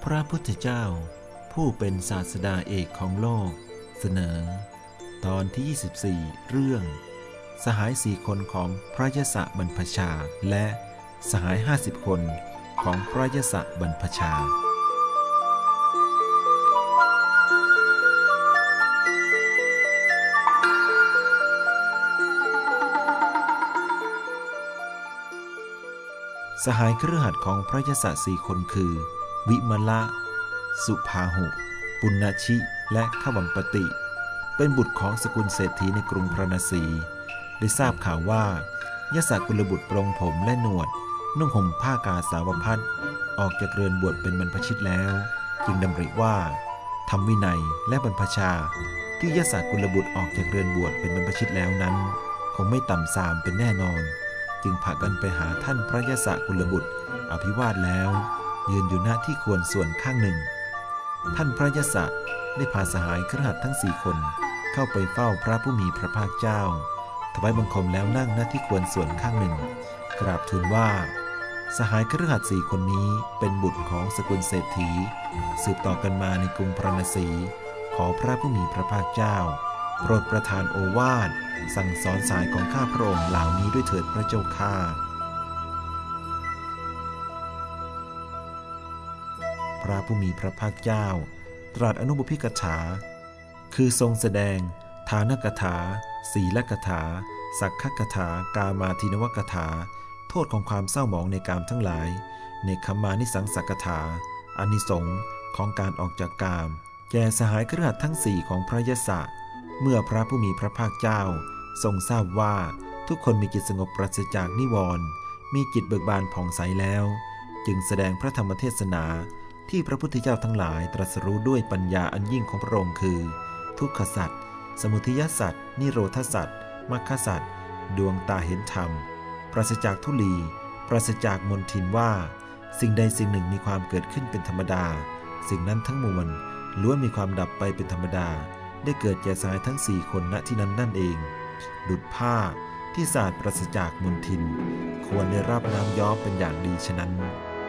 พระพุทธเจ้าผู้เป็นศาสดาเอกของโลกเสนอตอนที่ 24 เรื่องสหาย4 คนของพระยศบรรพชาและสหาย50 คนของพระยศบรรพชาสหายคฤหัสถ์ของพระยศ4 คนคือวิมละสุภาหุ ปุณณชิ และขวัมปติเป็นบุตรของสกุลเศรษฐีในกรุงพราณสีได้ทราบข่าวว่ายศกุลบุตรปรงผมและหนวดนุ่งห่มผ้ากาสาวพัสต์ออกจากเรือนบวชเป็นบรรพชิตแล้วจึงดำริว่าธรรมวินัยและบรรพชาที่ยศกุลบุตรออกจากเรือนบวชเป็นบรรพชิตแล้วนั้นคงไม่ต่ำทรามเป็นแน่นอนจึงพากันไปหาท่านพระยศกุลบุตรอภิวาทแล้วยืนอยู่หน้าที่ควรส่วนข้างหนึ่งท่านพระยศได้พาสหายคฤหัสถ์ทั้ง4 คนเข้าไปเฝ้าพระผู้มีพระภาคเจ้าถวายบังคมแล้วนั่งหน้าที่ควรส่วนข้างหนึ่งกราบทูลว่าสหายคฤหัสถ์4 คนนี้เป็นบุตรของสกุลเศรษฐีสืบต่อกันมาในกรุงพราณสีขอพระผู้มีพระภาคเจ้าโปรดประทานโอวาทสั่งสอนสายของข้าพระองค์เหล่านี้ด้วยเถิดพระเจ้าข้าพระผู้มีพระภาคเจ้าตรัสอนุบุพพิกถาคือทรงแสดงทานกถาศีลกถาสักขกถากามาทินวกถาโทษของความเศร้าหมองในกามทั้งหลายเนคขมานิสังสกถาอานิสงส์ของการออกจากกามแก่สหายคฤหัสถ์ทั้ง4ของพระยศเมื่อพระผู้มีพระภาคเจ้าทรงทราบว่าทุกคนมีจิตสงบปราศจากนิวรณ์มีจิตเบิกบานผ่องใสแล้วจึงแสดงพระธรรมเทศนาที่พระพุทธเจ้าทั้งหลายตรัสรู้ด้วยปัญญาอันยิ่งของพระองค์คือทุกขสัจสมุทัยสัจนิโรธสัจมรรคสัจดวงตาเห็นธรรมปราศจากทุลีปราศจากมลทินว่าสิ่งใดสิ่งหนึ่งมีความเกิดขึ้นเป็นธรรมดาสิ่งนั้นทั้งมวลล้วนมีความดับไปเป็นธรรมดาได้เกิดแก่สหายทั้ง4 คนณที่นั้นนั่นเองดุจผ้าที่สะอาดปราศจากมลทินควรได้รับน้ำย้อมเป็นอย่างดีฉะนั้น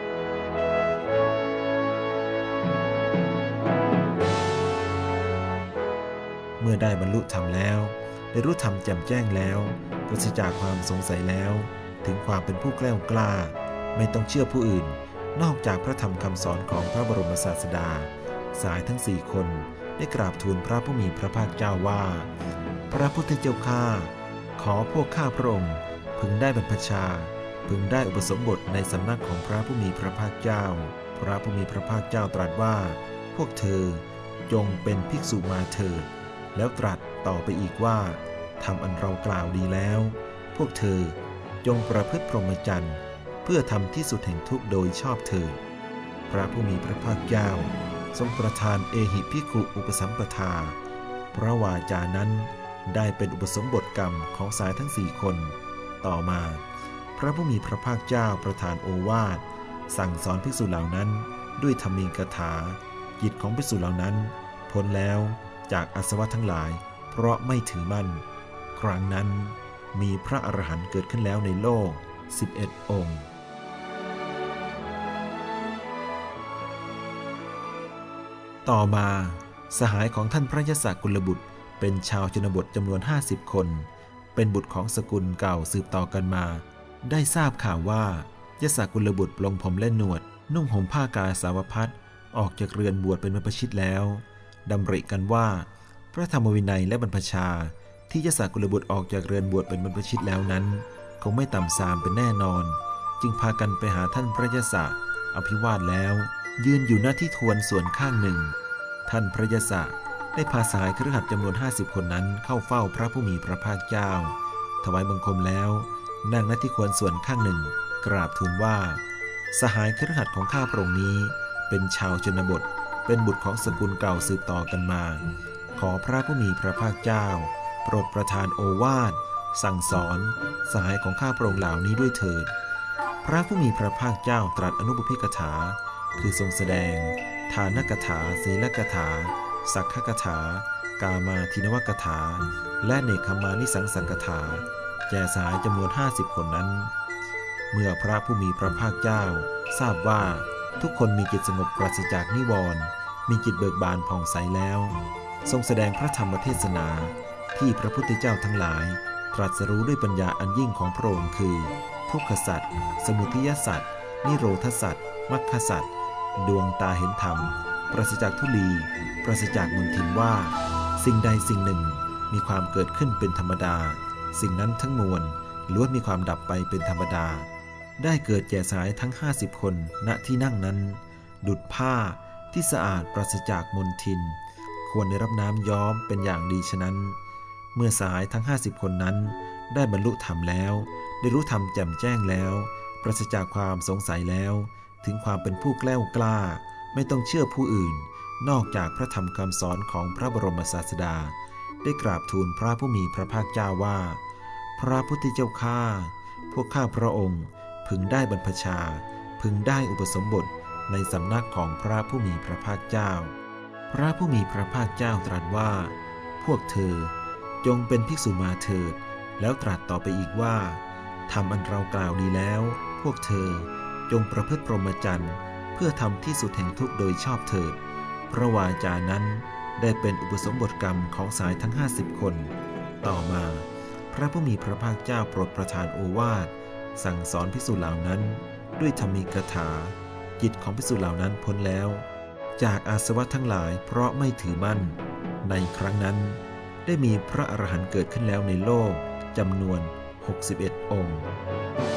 เมื่อได้บรรลุธรรมแล้วได้รู้ธรรมแจ่มแจ้งแล้วปราศจากความสงสัยแล้วถึงความเป็นผู้แกล้วกล้าไม่ต้องเชื่อผู้อื่นนอกจากพระธรรมคำสอนของพระบรมศาสดาสายทั้ง4 คนได้กราบทูลพระผู้มีพระภาคเจ้าว่าพระพุทธเจ้าข้าขอพวกข้าพระองค์พึงได้บรรพชาพึงได้อุปสมบทในสำนักของพระผู้มีพระภาคเจ้าพระผู้มีพระภาคเจ้าตรัสว่าพวกเธอจงเป็นภิกษุมาเถิดแล้วตรัสต่อไปอีกว่าทำอันเรากล่าวดีแล้วพวกเธอจงประพฤติพรหมจรรย์เพื่อทำที่สุดแห่งทุกข์โดยชอบเถิดพระผู้มีพระภาคเจ้าทรงประทานเอหิภิกขุอุปสัมปทาพระวาจานั้นได้เป็นอุปสมบทกรรมของสายทั้ง4 คนต่อมาพระผู้มีพระภาคเจ้าประทานโอวาทสั่งสอนภิกษุเหล่านั้นด้วยธรรมีกถาจิตของภิกษุเหล่านั้นพ้นแล้วจากอาสวะทั้งหลายเพราะไม่ถือมั่นครั้งนั้นมีพระอรหันต์เกิดขึ้นแล้วในโลก11 องค์ต่อมาสหายของท่านพระยศกุลบุตรเป็นชาวชนบทจำนวน50 คนเป็นบุตรของสกุลเก่าสืบต่อกันมาได้ทราบข่าวว่ายศกุลบุตรปลงผมและหนวดนุ่งห่มผ้ากาสาวพัสต์ออกจากเรือนบวชเป็นบรรพชิตแล้วดำริกันว่าพระธรรมวินัยและบรรพชาที่ยศกุลบุตรออกจากเรือนบวชเป็นบรรพชิตแล้วนั้นคงไม่ต่ำทรามเป็นแน่นอนจึงพากันไปหาท่านพระยศอภิวาทแล้วยืนอยู่หน้าที่ควรส่วนข้างหนึ่งท่านพระยศได้พาสหายคฤหัสถ์จำนวน50 คนนั้นเข้าเฝ้าพระผู้มีพระภาคเจ้าถวายบังคมแล้วนั่งหน้าที่ควรส่วนข้างหนึ่งกราบทูลว่าสหายคฤหัสถ์ของข้าพระองค์นี้เป็นชาวชนบทเป็นบุตรของสกุลเก่าสืบต่อกันมาขอพระผู้มีพระภาคเจ้าโปรดประทานโอวาทสั่งสอนสหายของข้าพระองค์เหล่านี้ด้วยเถิดพระผู้มีพระภาคเจ้าตรัสอนุบุพพิกถาคือทรงแสดงทานกถาศีลกถาสักขกถากามาทินวกถาและเนคขมานิสังสกถาแก่สหายจำนวน50 คนนั้นเมื่อพระผู้มีพระภาคเจ้าทราบว่าทุกคนมีจิตสงบปราศจากนิวรณ์มีจิตเบิกบานผ่องใสแล้วทรงแสดงพระธรรมเทศนาที่พระพุทธเจ้าทั้งหลายตรัสรู้ด้วยปัญญาอันยิ่งของพระองค์คือทุกขสัจสมุทัยสัจนิโรธสัจมรรคสัจดวงตาเห็นธรรมปราศจากทุลีปราศจากมลทินว่าสิ่งใดสิ่งหนึ่งมีความเกิดขึ้นเป็นธรรมดาสิ่งนั้นทั้งมวลล้วนมีความดับไปเป็นธรรมดาได้เกิดแก่สหายทั้ง50คนณที่นั่งนั้นดุจผ้าที่สะอาดปราศจากมลทินควรได้รับน้ำย้อมเป็นอย่างดีฉะนั้นเมื่อสหายทั้ง50คนนั้นได้บรรลุธรรมแล้วได้รู้ธรรมแจ่มแจ้งแล้วปราศจากความสงสัยแล้วถึงความเป็นผู้แกล้วกล้าไม่ต้องเชื่อผู้อื่นนอกจากพระธรรมคำสอนของพระบรมศาสดาได้กราบทูลพระผู้มีพระภาคเจ้าว่าพระพุทธเจ้าข้าพวกข้าพระองค์พึงได้บรรพชาพึงได้อุปสมบทในสำนักของพระผู้มีพระภาคเจ้าพระผู้มีพระภาคเจ้าตรัสว่าพวกเธอจงเป็นภิกษุมาเถิดแล้วตรัสต่อไปอีกว่าธรรมอันเรากล่าวดีแล้วพวกเธอจงประพฤติพรหมจรรย์เพื่อทำที่สุดแห่งทุกข์โดยชอบเถิดพระวาจานั้นได้เป็นอุปสมบทกรรมของสายทั้ง50คนต่อมาพระผู้มีพระภาคเจ้าโปรดประทานโอวาทสั่งสอนภิกษุเหล่านั้นด้วยธรรมีกถาจิตของภิกษุเหล่านั้นพ้นแล้วจากอาสวะทั้งหลายเพราะไม่ถือมั่นในครั้งนั้นได้มีพระอรหันต์เกิดขึ้นแล้วในโลกจำนวน61 องค์